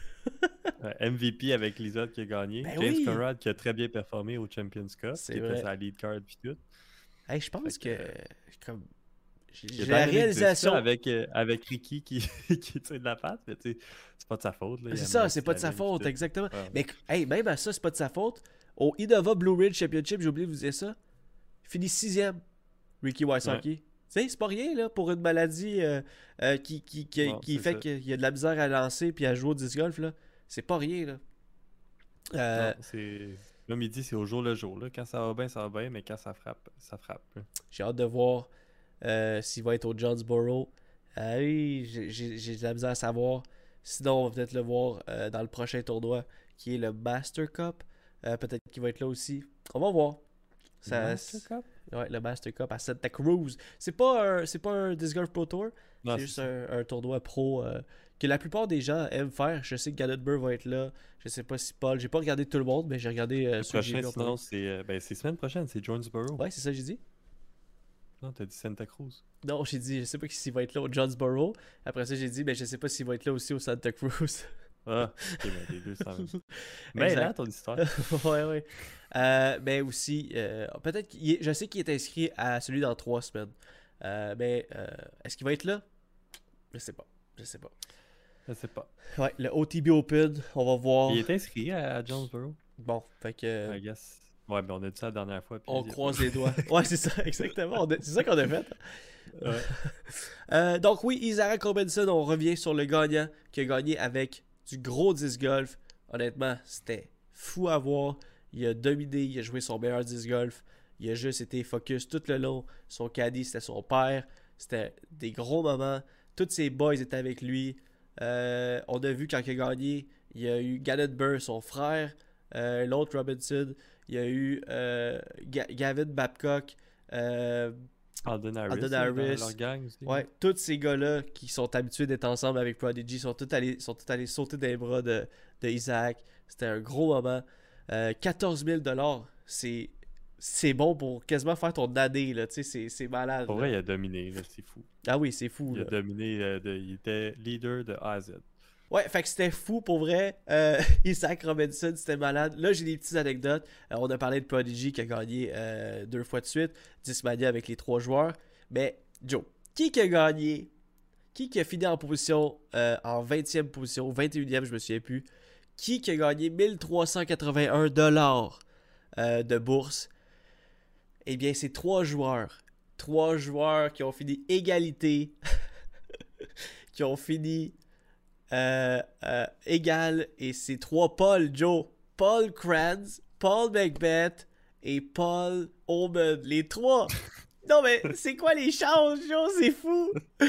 S2: MVP avec Lizotte qui a gagné.
S1: Ben
S2: James
S1: oui.
S2: Conrad qui a très bien performé au Champions Cup.
S1: C'est
S2: qui
S1: vrai.
S2: était sa lead card puis tout.
S1: Hey, je pense que... Comme...
S2: J'ai
S1: J'ai la réalisation...
S2: avec Ricky qui tire de la patte, mais tu sais, c'est pas de sa faute. Là.
S1: C'est ça, c'est pas de sa faute, exactement.
S2: Ouais.
S1: Mais hey, même à ça, c'est pas de sa faute. Au Innova Blue Ridge Championship, j'ai oublié de vous dire ça, il finit 6e, Ricky Wysocki.
S2: Ouais.
S1: Tu sais, c'est pas rien, là, pour une maladie qui fait qu'il y a de la misère à lancer puis à jouer au disc golf, là. C'est pas rien, là.
S2: Non, c'est... Là, midi, c'est au jour le jour. Là. Quand ça va bien, mais quand ça frappe, ça frappe. Là.
S1: J'ai hâte de voir s'il va être au Jonesboro. Oui, j'ai de la misère à savoir. Sinon, on va peut-être le voir dans le prochain tournoi, qui est le Master Cup. Peut-être qu'il va être là aussi. On va voir.
S2: Master Cup?
S1: Ouais, le Master Cup à Santa Cruz. C'est pas un Disc Golf Pro Tour.
S2: Non,
S1: c'est juste un tournoi pro que la plupart des gens aiment faire. Je sais que Gallagher va être là. Je sais pas si Paul... J'ai pas regardé tout le monde, mais j'ai regardé ceux que j'ai
S2: prochain,
S1: vu.
S2: sinon, c'est semaine prochaine, c'est Jonesboro.
S1: Ouais, c'est ça que j'ai dit.
S2: Non, t'as dit Santa Cruz.
S1: Non, j'ai dit, je sais pas s'il va être là au Jonesboro. Après ça, j'ai dit, je sais pas s'il va être là aussi au Santa Cruz.
S2: Ah, ok, ben les deux sont... Mais là, ton histoire.
S1: ouais. Mais aussi, peut-être je sais qu'il est inscrit à celui dans 3 semaines. Mais est-ce qu'il va être là? Je sais pas.
S2: Je sais pas.
S1: Ouais, le OTB Open, on va voir.
S2: Il est inscrit à Jonesboro.
S1: Bon, fait que...
S2: I guess. Ouais, mais on a dit ça la dernière fois.
S1: On croise les doigts. Ouais, c'est ça, exactement. C'est ça qu'on a fait. Donc oui, Isaac Robinson, on revient sur le gagnant qui a gagné avec du gros disc golf. Honnêtement, c'était fou à voir. Il a dominé, il a joué son meilleur disc golf. Il a juste été focus tout le long. Son caddie, c'était son père. C'était des gros moments. Tous ses boys étaient avec lui. On a vu quand il a gagné, il y a eu Gannonburg, son frère, l'autre Robinson. Il y a eu Gavin Babcock,
S2: Alden Harris, leur gang aussi.
S1: Ouais, tous ces gars-là qui sont habitués d'être ensemble avec Prodigy sont tous allés sauter dans les bras de Isaac. C'était un gros moment. 14 000 $, c'est bon pour quasiment faire ton année, là. Tu sais, c'est malade.
S2: Pour vrai, il a dominé, là, c'est fou.
S1: Ah oui, c'est fou.
S2: Il a dominé, il était leader de A à Z.
S1: Ouais, fait que c'était fou pour vrai. Isaac Robinson, c'était malade. Là, j'ai des petites anecdotes. On a parlé de Prodigy qui a gagné 2 fois de suite. Discmania avec les 3 joueurs. Mais, Joe, qui a gagné? Qui a fini en position, en 20e position, 21e, je me souviens plus. Qui a gagné 1381 $ de bourse? Eh bien, c'est 3 joueurs. 3 joueurs qui ont fini égalité, qui ont fini égal, et c'est 3 Paul, Joe. Paul Kranz, Paul Macbeth et Paul Omen. Les 3. Non, mais c'est quoi les chances, Joe? C'est fou.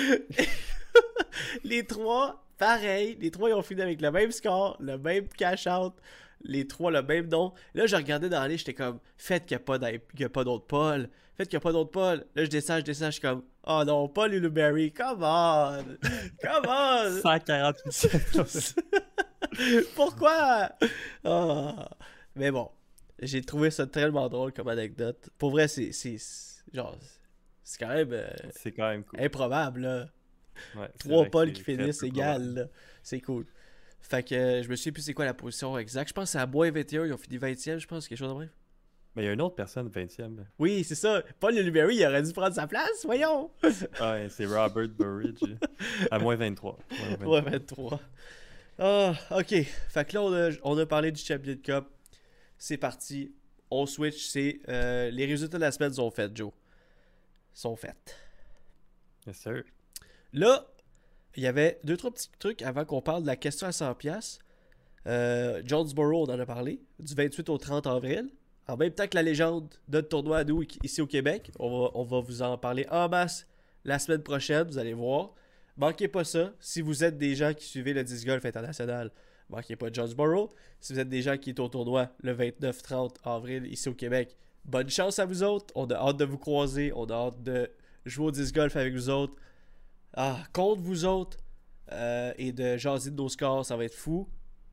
S1: Les 3, pareil. Les 3, ils ont fini avec le même score, le même cash-out. Les 3, le même nom. Là, je regardais dans la liste, j'étais comme, faites qu'il n'y a pas d'autres Paul. Faites qu'il n'y a pas d'autres Paul. Là, je descends, je suis comme, oh non, Paul Ulibarri, come on. Come on.
S2: 148.
S1: Pourquoi? Oh. Mais bon, j'ai trouvé ça tellement drôle comme anecdote. Pour vrai, c'est genre, c'est quand même,
S2: c'est quand même cool.
S1: improbable, là.
S2: Ouais,
S1: 3 Paul qui
S2: très
S1: finissent
S2: peu
S1: égal,
S2: probable.
S1: là. C'est cool. Fait que je me souviens plus c'est quoi la position exacte. Je pense que c'est à Bois 21, ils ont fini 20e, je pense, quelque chose de bref.
S2: Mais il y a une autre personne, 20e.
S1: Oui, c'est ça. Paul Ulibarri, il aurait dû prendre sa place, voyons.
S2: Ouais, c'est Robert Burridge. À moins 23.
S1: Ouais, 23. Ah, ok. Fait que là, on a parlé du Champion Cup. C'est parti. On switch. C'est les résultats de la semaine sont faits, Joe. Sont faits.
S2: Yes, sir.
S1: Là, il y avait 2-3 petits trucs avant qu'on parle de la question à 100$. Jonesboro, on en a parlé. Du 28 au 30 avril. En même temps que la légende de notre tournoi à nous ici au Québec. On va vous en parler en masse la semaine prochaine. Vous allez voir. Manquez pas ça. Si vous êtes des gens qui suivez le disc golf international, manquez pas Jonesboro. Si vous êtes des gens qui sont au tournoi le 29-30 avril ici au Québec, bonne chance à vous autres. On a hâte de vous croiser. On a hâte de jouer au disc golf avec vous autres. Contre vous autres. Et de jaser de nos scores, ça va être fou.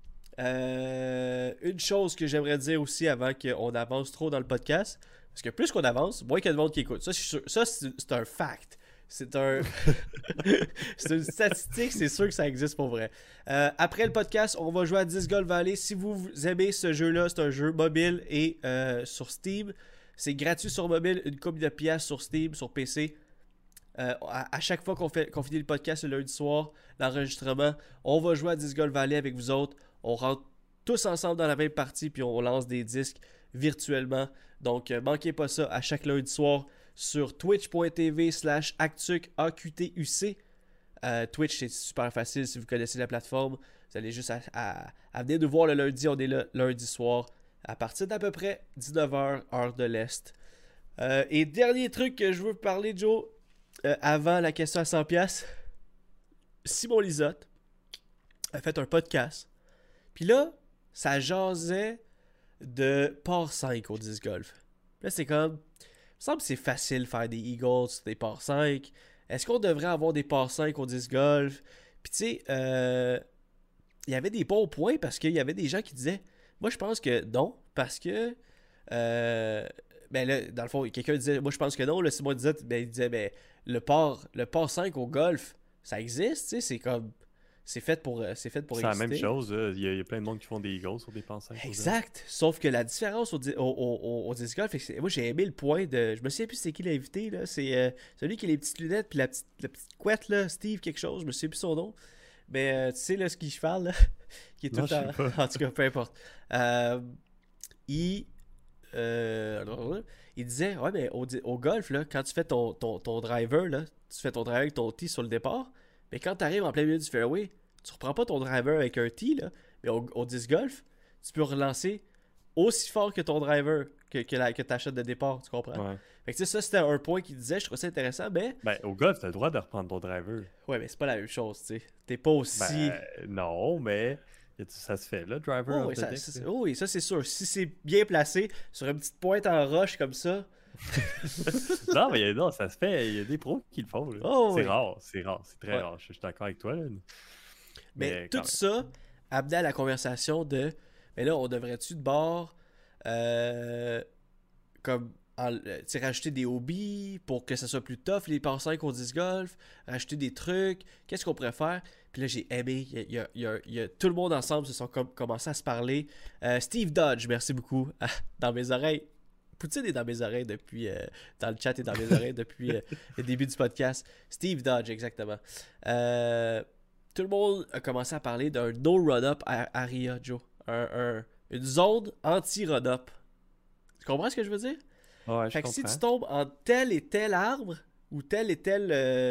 S1: Une chose que j'aimerais dire aussi avant qu'on avance trop dans le podcast, parce que plus qu'on avance, moins qu'il y a de monde qui écoute. Ça, c'est un fact. C'est c'est une statistique, c'est sûr que ça existe pour vrai. Après le podcast, on va jouer à Disc Golf Valley. Si vous aimez ce jeu-là, c'est un jeu mobile et sur Steam. C'est gratuit sur mobile, une couple de piastres sur Steam, sur PC. À chaque fois qu'on finit le podcast le lundi soir, l'enregistrement, on va jouer à Disc Golf Valley avec vous autres. On rentre tous ensemble dans la même partie, puis on lance des disques virtuellement. Donc, manquez pas ça à chaque lundi soir sur twitch.tv/Actuc. Twitch, c'est super facile si vous connaissez la plateforme. Vous allez juste à venir nous voir le lundi. On est là lundi soir à partir d'à peu près 19h, heure de l'Est. Et dernier truc que je veux parler, Joe, avant la question à 100$. Simon Lisotte a fait un podcast. Puis là, ça jasait de par 5 au disc golf. Là, c'est comme... Il me semble que c'est facile de faire des Eagles, des par 5. Est-ce qu'on devrait avoir des par 5 au disc golf? Puis tu sais, il y avait des bons points parce qu'il y avait des gens qui disaient... Moi, je pense que non, parce que... ben là, dans le fond, quelqu'un disait... Moi, je pense que non. Là, Simon disait, il disait, le par 5 au golf, ça existe, tu sais, c'est comme... C'est fait pour exister.
S2: C'est la même chose. Il y a plein de monde qui font des Eagles sur des pensées.
S1: Exact. Sauf que la différence au disc golf, moi j'ai aimé le point de... Je me souviens plus c'est qui l'invité, là. C'est celui qui a les petites lunettes puis la petite couette, là. Steve quelque chose, je me souviens plus son nom. Mais tu sais, là, ce qu'il parle, là, qui est tout le temps... En tout cas, peu importe. Il disait, ouais, mais au golf, là, quand tu fais ton driver, là, tu fais ton driver avec ton tee sur le départ, mais quand tu arrives en plein milieu du fairway, tu reprends pas ton driver avec un tee, là, mais au disc golf, tu peux relancer aussi fort que ton driver que ta shot de départ, tu comprends?
S2: Ouais.
S1: Fait que tu sais, ça, c'était un point qu'il disait, je trouvais ça intéressant, mais...
S2: Ben, au golf, t'as le droit de reprendre ton driver.
S1: Ouais, mais c'est pas la même chose, tu sais. T'es pas aussi...
S2: Non, mais ça se fait, là, driver.
S1: Oui, ça c'est sûr. Si c'est bien placé, sur une petite pointe en roche comme ça...
S2: non, mais non, ça se fait. Il y a des pros qui le font. Là. C'est rare, c'est très rare. Je suis d'accord avec toi. Là.
S1: Mais tout ça amenait à la conversation de mais là, on devrait-tu de bord comme rajouter des hobbies pour que ça soit plus tough, les par 5 au disc golf, rajouter des trucs, qu'est-ce qu'on pourrait faire? Puis là, j'ai aimé, il y a tout le monde ensemble se sont commencé à se parler. Steve Dodge, merci beaucoup, dans mes oreilles. Poutine est dans mes oreilles depuis... dans le chat est dans mes oreilles depuis le début du podcast. Steve Dodge, exactement. Tout le monde a commencé à parler d'un no run-up à Ria, Joe. Une zone anti-run-up. Tu comprends ce que je veux dire?
S2: Ouais, je
S1: Fait que si
S2: comprends.
S1: tu tombes en tel et tel arbre, ou tel et tel,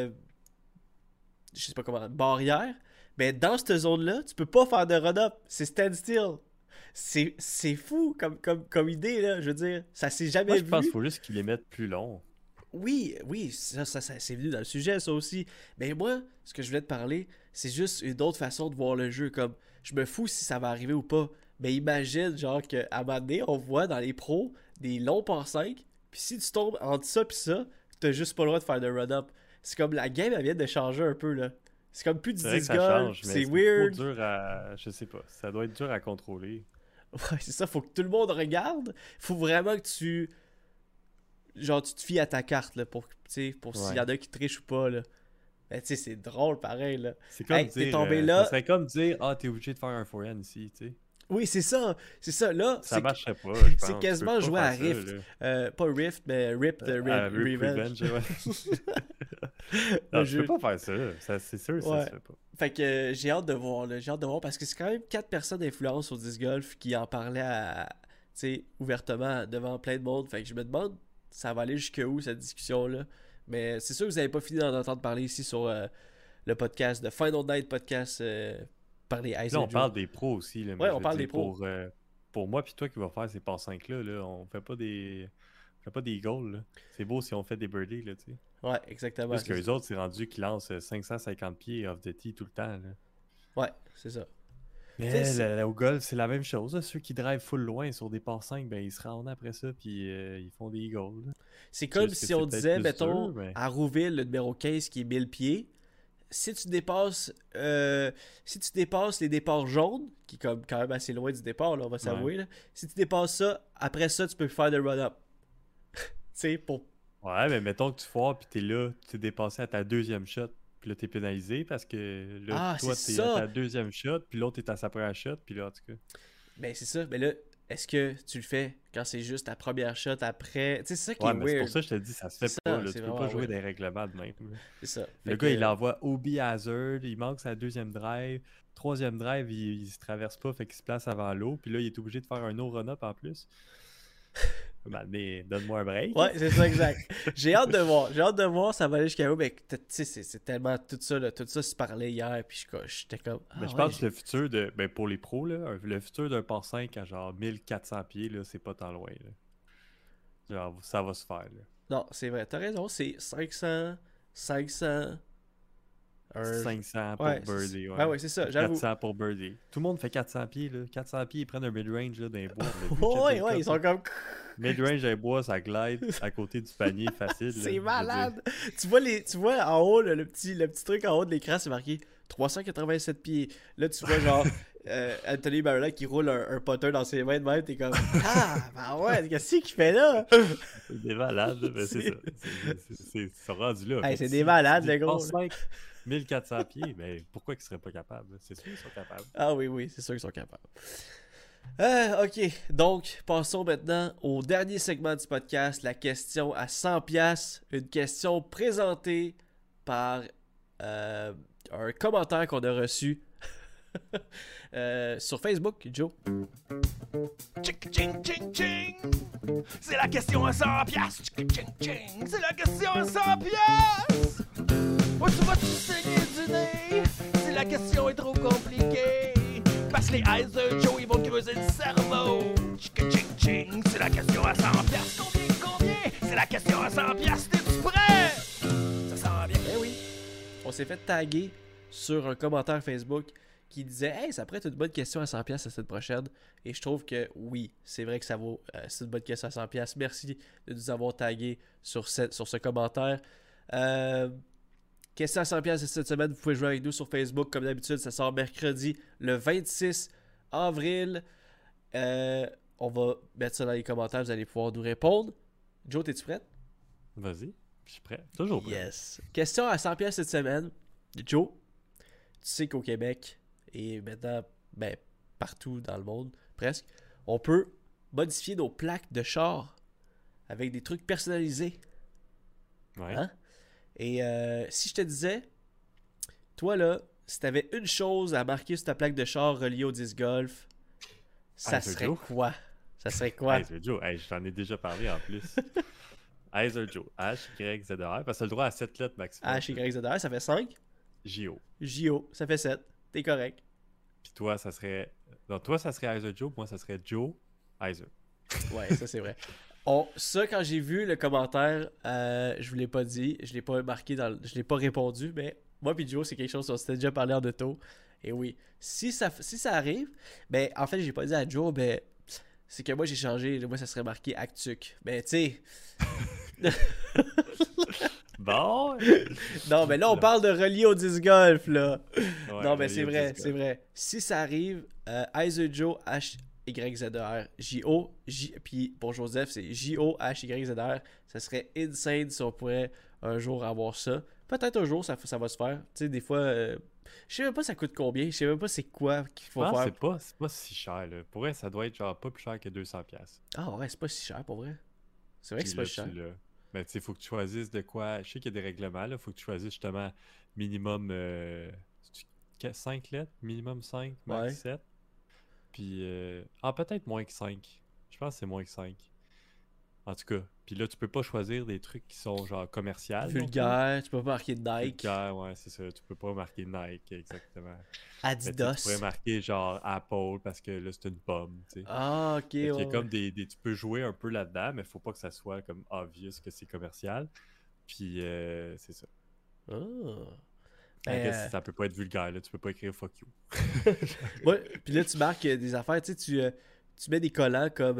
S1: je sais pas comment, barrière, ben dans cette zone-là, tu peux pas faire de run-up. C'est standstill. C'est fou comme idée, là, je veux dire. Ça s'est
S2: Moi,
S1: jamais
S2: je pense qu'il
S1: vu.
S2: faut juste qu'ils les mettent plus longs.
S1: Oui, oui, ça c'est venu dans le sujet, ça aussi. Mais moi, ce que je voulais te parler, c'est juste une autre façon de voir le jeu. Comme, je me fous si ça va arriver ou pas. Mais imagine, genre, qu'à un moment donné, on voit dans les pros des longs par 5, puis si tu tombes entre ça pis ça, t'as juste pas le droit de faire de run-up. C'est comme la game, elle vient de changer un peu, là. C'est comme plus du
S2: C'est vrai que
S1: disc
S2: ça
S1: golf,
S2: change, mais
S1: c'est
S2: c'est
S1: weird.
S2: trop dur à... Je sais pas. Ça doit être dur à contrôler.
S1: Ouais, c'est ça, faut que tout le monde regarde. Faut vraiment que tu... Genre, tu te fies à ta carte, là, pour s'il
S2: Ouais.
S1: y en a qui trichent ou pas, là. Ben, tu sais, c'est drôle, pareil, là.
S2: C'est comme
S1: Hey, t'es
S2: dire...
S1: tombé
S2: ça
S1: là.
S2: serait comme dire, ah, t'es obligé de faire un forehand ici, tu sais.
S1: Oui, c'est ça. C'est ça, là.
S2: Ça
S1: C'est
S2: marcherait pas, je pense.
S1: c'est
S2: Tu
S1: quasiment
S2: peux pas
S1: jouer à
S2: faire ça,
S1: Rift.
S2: là.
S1: Pas Rift, mais Rip the
S2: Rip
S1: Revenge.
S2: ouais.
S1: Le
S2: Non, tu
S1: jeu.
S2: peux pas faire ça. C'est sûr, ça
S1: Ouais.
S2: se fait pas.
S1: Fait que j'ai hâte de voir, là. J'ai hâte de voir parce que c'est quand même 4 personnes d'influence au disc golf qui en parlaient tu sais, ouvertement devant plein de monde. Fait que je me demande, ça va aller jusqu'où cette discussion-là. Mais c'est sûr que vous n'avez pas fini d'en entendre parler ici sur le podcast, de Final Night Podcast par les Ice
S2: Là, on
S1: and Joe.
S2: parle des pros aussi. Là, mais
S1: Ouais,
S2: je
S1: on
S2: veux
S1: parle
S2: dire,
S1: des pros.
S2: pour moi puis toi qui va faire ces pass 5 là, on fait pas des goals. Là. C'est beau si on fait des birdies, là, tu sais.
S1: Ouais, exactement.
S2: Parce
S1: c'est
S2: que les
S1: ça.
S2: autres, c'est rendu qu'ils lancent 550 pieds off the tee tout le temps. Là.
S1: Ouais, c'est ça.
S2: Mais
S1: C'est-
S2: au golf, c'est la même chose. Là. Ceux qui drivent full loin sur des par 5, ben, ils se rendent après ça puis ils font des goals. Là.
S1: C'est comme
S2: Juste que
S1: si on
S2: c'est peut-être
S1: disait,
S2: plus
S1: mettons,
S2: dur, mais-
S1: à Rouville, le numéro 15 qui est 1000 pieds, si tu dépasses les départs jaunes, qui est comme quand même assez loin du départ, là, on va s'avouer, là, si tu dépasses ça, après ça, tu peux faire de run-up. Tu sais, pour...
S2: Ouais, mais mettons que tu foires puis t'es là, tu t'es dépassé à ta deuxième shot. Puis là, t'es pénalisé parce que là,
S1: Ah,
S2: toi,
S1: c'est
S2: t'es
S1: ça!
S2: à ta deuxième shot, puis l'autre est à sa première shot, puis là, en tout cas.
S1: Ben, c'est ça. Mais là, est-ce que tu le fais quand c'est juste ta première shot après? Tu sais, c'est ça qui
S2: Ouais,
S1: est
S2: mais c'est
S1: weird.
S2: pour ça que je te dis, ça se fait
S1: C'est
S2: pas.
S1: ça,
S2: Là.
S1: c'est
S2: Tu peux pas
S1: vraiment
S2: jouer
S1: weird.
S2: des règlements de même. Là.
S1: C'est ça.
S2: Le
S1: Fait
S2: gars,
S1: que-
S2: il envoie OB Hazard, il manque sa deuxième drive. Troisième drive, il se traverse pas, fait qu'il se place avant l'eau. Puis là, il est obligé de faire un no run-up en plus. Mais donne-moi un break.
S1: Ouais, c'est ça, exact. J'ai hâte de voir. J'ai hâte de voir, ça va aller jusqu'à où. Mais tu sais, c'est tellement tout ça, là, tout ça se parlait hier. Puis j'étais comme. Ah,
S2: Mais je
S1: ouais,
S2: pense que le futur de. Ben pour les pros, là, le futur d'un par 5 à genre 1400 pieds, là, c'est pas tant loin. Là. Genre, ça va se faire. Là.
S1: Non, c'est vrai, t'as raison, c'est 500, 500,
S2: 500 pour
S1: ouais,
S2: birdie. Ouais.
S1: Ah ouais, c'est ça, j'avoue.
S2: 400 pour birdie. Tout le monde fait 400 pieds. Là. 400 pieds, ils prennent un mid-range là, dans les bois.
S1: Ouais, ils sont comme.
S2: Mid-range dans les bois, ça glide à côté du panier facile. là, je
S1: C'est
S2: veux
S1: malade! Tu vois en haut, là, le petit truc en haut de l'écran, c'est marqué 387 pieds. Là, tu vois genre Anthony Barilla qui roule un putter dans ses mains de même, t'es comme ah, ben ouais, qu'est-ce qu'il fait là?
S2: C'est des malades, là, mais c'est ça. C'est rendu là.
S1: Hey,
S2: Fait
S1: c'est
S2: que
S1: des
S2: si-
S1: malades,
S2: si
S1: le
S2: ils
S1: gros,
S2: passent 1400 pieds, ben pourquoi qu'ils seraient pas capables? Là? C'est sûr qu'ils sont capables.
S1: Ah oui, c'est sûr qu'ils sont capables. Ok, donc passons maintenant au dernier segment du podcast, la question à 100$, une question présentée par un commentaire qu'on a reçu sur Facebook, Joe.
S3: Ching, ching, ching, ching. C'est la question à 100 piastres. Ching, ching, ching. C'est la question à 100 piastres. Où tu vas-tu saigner du nez? Si la question est trop compliquée. Parce que les eyes de Joe, ils vont te creuser le cerveau. Ching, ching, ching. C'est la question à 100 piastres. Combien? C'est la question à 100 piastres. T'es-tu prêt? Ça sent bien.
S1: Eh oui, on s'est fait taguer sur un commentaire Facebook qui disait « Hey, ça pourrait être une bonne question à 100$ la semaine prochaine. » Et je trouve que oui, c'est vrai que ça vaut... c'est une bonne question à 100$. Merci de nous avoir tagué sur ce commentaire. Question à 100$ cette semaine. Vous pouvez jouer avec nous sur Facebook. Comme d'habitude, ça sort mercredi le 26 avril. On va mettre ça dans les commentaires. Vous allez pouvoir nous répondre. Joe, t'es-tu prête?
S2: Vas-y, je suis prêt. Toujours prêt.
S1: Yes. Question à 100$ cette semaine. Joe, tu sais qu'au Québec et maintenant, ben, partout dans le monde, presque, on peut modifier nos plaques de char avec des trucs personnalisés.
S2: Ouais.
S1: Hein? Et si je te disais, toi là, si t'avais une chose à marquer sur ta plaque de char reliée au disc golf, ça
S2: c'est
S1: serait
S2: Joe.
S1: quoi? Ça serait quoi?
S2: Heiser Joe, hey, j'en ai déjà parlé en plus. Heiser Joe, H-Y-Z-E-R, parce que t'as le droit à 7 lettres maximum.
S1: H-Y-Z-R, ça fait 5.
S2: J-O.
S1: J-O, ça fait 7. T'es correct.
S2: Puis toi, ça serait... Non, toi, ça serait Heiser Joe, moi, ça serait Joe Heiser.
S1: Ouais, ça c'est vrai. Ça, quand j'ai vu le commentaire, je vous l'ai pas dit, je l'ai pas marqué je l'ai pas répondu, mais moi puis Joe, c'est quelque chose qu'on s'était déjà parlé en auto. Et oui, si ça arrive, ben en fait, j'ai pas dit à Joe, ben c'est que moi j'ai changé, moi ça serait marqué Actuc. Ben tu sais.
S2: Bon!
S1: Non, mais là on parle de relier au disc golf là.
S2: Ouais,
S1: Non, mais
S2: relié
S1: c'est
S2: au
S1: vrai,
S2: disc
S1: c'est
S2: golf.
S1: vrai. Si ça arrive, Heiser Joe H-Y-Z-E-R, J-O, puis pour Joseph, c'est J-O-H-Y-Z-E-R. Ça serait insane si on pourrait un jour avoir ça. Peut-être un jour, ça va se faire. Tu sais, des fois, je sais même pas ça coûte combien. Je sais même pas c'est quoi qu'il faut
S2: Je pense
S1: faire.
S2: que c'est pas si cher, là. Pour vrai, ça doit être genre pas plus cher que 200$.
S1: Ah ouais, c'est pas si cher pour vrai. C'est vrai que
S2: Puis
S1: c'est pas
S2: là,
S1: si cher.
S2: tu l'as. Mais tu sais, faut que tu choisisses de quoi. Je sais qu'il y a des règlements, là. Faut que tu choisisses justement minimum 5 lettres, minimum 5, max
S1: Ouais.
S2: 7. Puis, peut-être moins que 5. Je pense que c'est moins que 5. En tout cas. Puis là, tu peux pas choisir des trucs qui sont genre commerciaux.
S1: Vulgaire, tu peux pas marquer Nike,
S2: Vulgaire, ouais, c'est ça. Tu peux pas marquer Nike, exactement. Mais tu
S1: Adidas.
S2: pourrais marquer genre Apple parce que là, c'est une pomme, tu sais.
S1: Ah, ok,
S2: Fait qu'il y
S1: ouais.
S2: a comme tu peux jouer un peu là-dedans, mais faut pas que ça soit comme obvious que c'est commercial. Puis c'est ça.
S1: Ah.
S2: I guess ça peut pas être vulgaire, là. Tu peux pas écrire fuck you.
S1: Ouais, puis là, tu marques des affaires, tu sais, tu mets des collants comme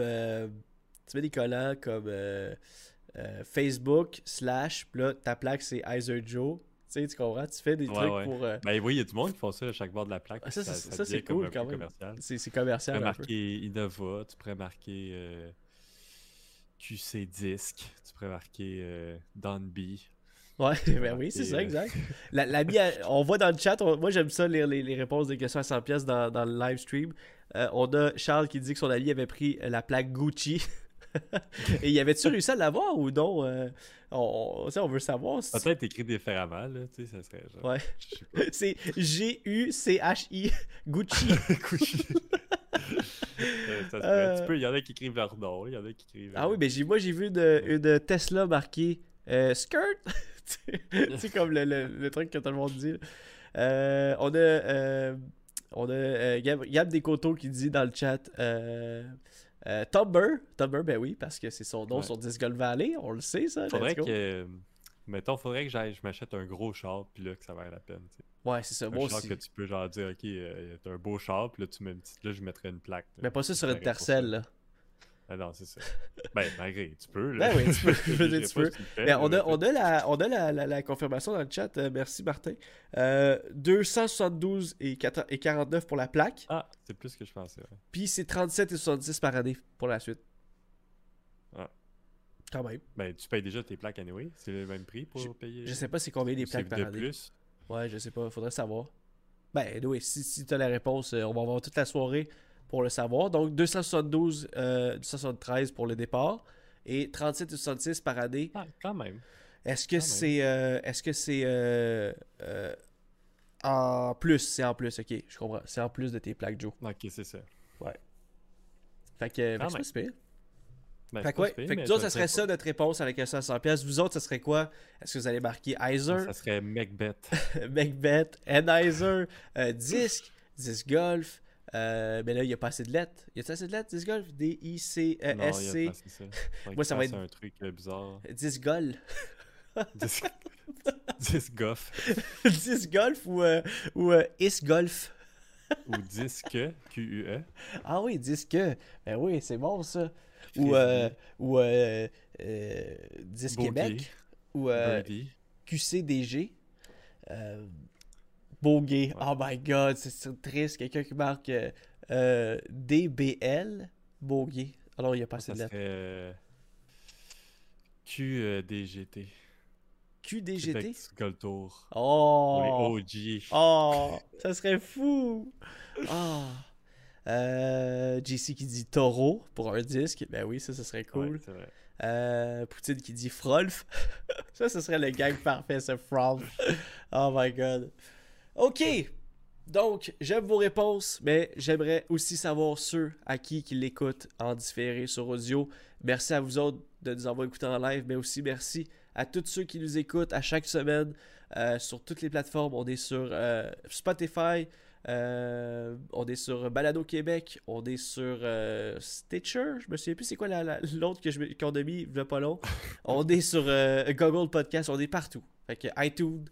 S1: Facebook / puis là, ta plaque, c'est Heiser Joe. Tu sais, tu comprends? Tu fais des
S2: Ouais,
S1: trucs
S2: ouais.
S1: pour...
S2: Ben oui, il y a du monde qui font ça à chaque bord de la plaque.
S1: Ah, ça,
S2: puis
S1: ça, c'est
S2: devient comme
S1: cool
S2: un peu
S1: quand même.
S2: commercial.
S1: C'est
S2: Tu
S1: commercial
S2: pourrais
S1: un peu.
S2: marquer Innova, tu pourrais marquer QC Disc, tu pourrais marquer Donby.
S1: Ouais, ben oui, c'est ça, exact. L'ami, on voit dans le chat, moi j'aime ça lire les réponses des questions à 100$ dans le live stream. On a Charles qui dit que son ami avait pris la plaque Gucci. Et il avait-tu réussi à l'avoir ou non? On veut savoir.
S2: Peut-être écrit différemment, là, tu sais, ça serait genre...
S1: Ouais.
S2: Je sais pas.
S1: C'est G-U-C-H-I, Gucci.
S2: Ça serait... Tu peux, il y en a qui écrivent leur nom, il y en a qui écrivent...
S1: Ah oui, mais moi j'ai vu une Tesla marquée skirt. Tu sais, comme le truc que tout le monde dit. On a Gab Descoteaux qui dit dans le chat Tumber, ben oui, parce que c'est son nom
S2: Ouais.
S1: sur Disc Golf Valley, on le sait ça.
S2: Faudrait
S1: let's go.
S2: que... Mettons, faudrait que je m'achète un gros char, puis là, que ça vaille la peine, tu sais.
S1: Ouais, c'est ça,
S2: Un
S1: moi
S2: char
S1: aussi.
S2: que tu peux genre dire, ok, t'as un beau char, puis là, tu mets une petite... Là, je mettrais une plaque.
S1: Mais pas ça sur une
S2: pareil pour ça.
S1: tercelle, là.
S2: Ah non, c'est ça. Ben, malgré, tu peux, là.
S1: Ben oui, tu peux, je veux dire,
S2: Je
S1: tu
S2: sais pas
S1: peux.
S2: si tu le fais,
S1: Mais on
S2: là,
S1: a la confirmation dans le chat, merci Martin. 272 et 49 pour la plaque,
S2: Ah, c'est plus que je pensais, ouais.
S1: puis c'est 37,70 par année pour la suite.
S2: Ah.
S1: Quand même.
S2: Ben, tu payes déjà tes plaques anyway. C'est le même prix pour payer.
S1: Je sais pas c'est combien les
S2: Ou
S1: plaques
S2: c'est
S1: par
S2: de
S1: année.
S2: plus.
S1: Ouais, je sais pas, faudrait savoir. Ben oui, si tu as la réponse, on va avoir toute la soirée pour le savoir. Donc 273 pour le départ et 37,66 par année.
S2: Ah, quand même.
S1: Est-ce que c'est en plus? C'est en plus, ok, je comprends. C'est en plus de tes plaques, Joe.
S2: Ok, c'est ça.
S1: Fait que
S2: Quand
S1: c'est pas si pire.
S2: Ben,
S1: Fait
S2: c'est
S1: que
S2: pas
S1: ouais,
S2: si pire,
S1: fait que
S2: mais
S1: nous autres,
S2: je
S1: ça serait
S2: le
S1: ça notre réponse à la question à 100$. Vous autres, ça serait quoi? Est-ce que vous allez marquer Heiser,
S2: Ça serait Macbeth.
S1: Macbeth, Anheuser, Disc Golf, mais là, il n'y a pas assez de lettres. Y a-t-il assez de lettres, Disc Golf?
S2: Non, il y a
S1: D-I-C-S-C,
S2: pas, c'est ça.
S1: Moi, ça va être-
S2: un truc bizarre.
S1: Disc Golf.
S2: Disc Golf.
S1: Disc Golf ou Is Golf.
S2: Ou Disque, Q-U-E.
S1: Ah oui, Disque. Ben oui, c'est bon ça. Ou Disc
S2: Bogey.
S1: Québec. Ou
S2: Birdie.
S1: QCDG. Bogey.
S2: Ouais.
S1: Oh my god, c'est triste. Quelqu'un qui marque DBL. Bogey. Alors, il n'y a pas assez
S2: Ça
S1: de lettres.
S2: serait QDGT.
S1: QDGT.
S2: Québec Golf Tour.
S1: Oh.
S2: Pour les OG.
S1: Oh, ça serait fou. Oh. JC qui dit taureau pour un disque. Ben oui, ça serait cool.
S2: Ouais, c'est vrai.
S1: Poutine qui dit Frolf. Ça, ce serait le gag parfait, ce Frolf. Oh my god. Ok. Donc, j'aime vos réponses, mais j'aimerais aussi savoir ceux à qui l'écoutent en différé sur audio. Merci à vous autres de nous avoir écoutés en live, mais aussi merci à tous ceux qui nous écoutent à chaque semaine sur toutes les plateformes. On est sur Spotify, on est sur Balado Québec, on est sur Stitcher, je me souviens plus c'est quoi l'autre qu'on a mis il y a pas long. On est sur Google Podcast, on est partout. Fait que iTunes,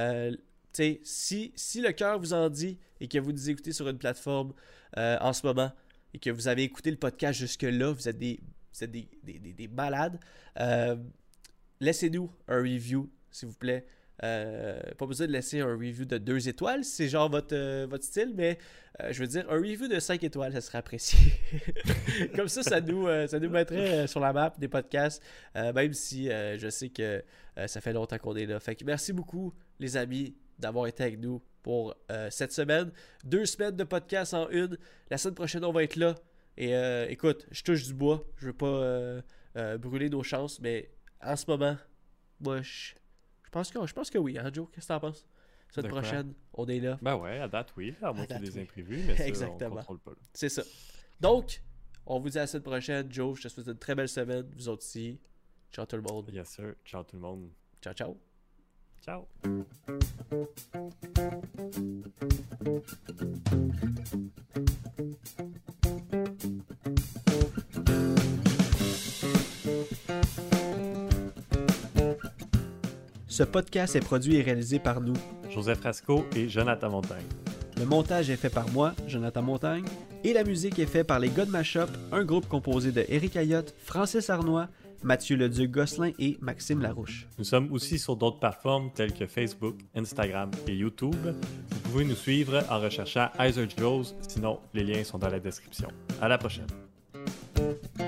S1: si le cœur vous en dit et que vous nous écoutez sur une plateforme en ce moment et que vous avez écouté le podcast jusque-là, vous êtes des malades, laissez-nous un review, s'il vous plaît. Pas besoin de laisser un review de 2 étoiles, si c'est genre votre style, mais je veux dire, un review de 5 étoiles, ça serait apprécié. Comme ça nous mettrait sur la map des podcasts, même si je sais que ça fait longtemps qu'on est là. Fait que merci beaucoup, les amis, d'avoir été avec nous pour cette semaine. 2 semaines de podcast en une. La semaine prochaine, on va être là. Et écoute, je touche du bois. Je veux pas brûler nos chances, mais en ce moment, moi, je pense que oui, hein, Joe? Qu'est-ce que t'en penses? Semaine prochaine, on est là.
S2: Ben ouais, à date, oui. À moins qu'il y ait des imprévus, mais ça,
S1: exactement.
S2: on contrôle pas. Là.
S1: C'est ça. Donc, on vous dit à la semaine prochaine. Joe, je te souhaite une très belle semaine. Vous autres aussi. Ciao tout le monde.
S2: Yes, sir. Ciao tout le monde.
S1: Ciao, ciao.
S2: Ciao.
S1: Ce podcast est produit et réalisé par nous.
S2: Joseph Rasco et Jonathan Montagne.
S1: Le montage est fait par moi, Jonathan Montagne, et la musique est faite par les gars de Mashup, un groupe composé de Éric Ayotte, Francis Arnois, Mathieu Leduc-Gosselin et Maxime Larouche.
S2: Nous sommes aussi sur d'autres plateformes telles que Facebook, Instagram et YouTube. Vous pouvez nous suivre en recherchant Heiser Joes, sinon les liens sont dans la description. À la prochaine.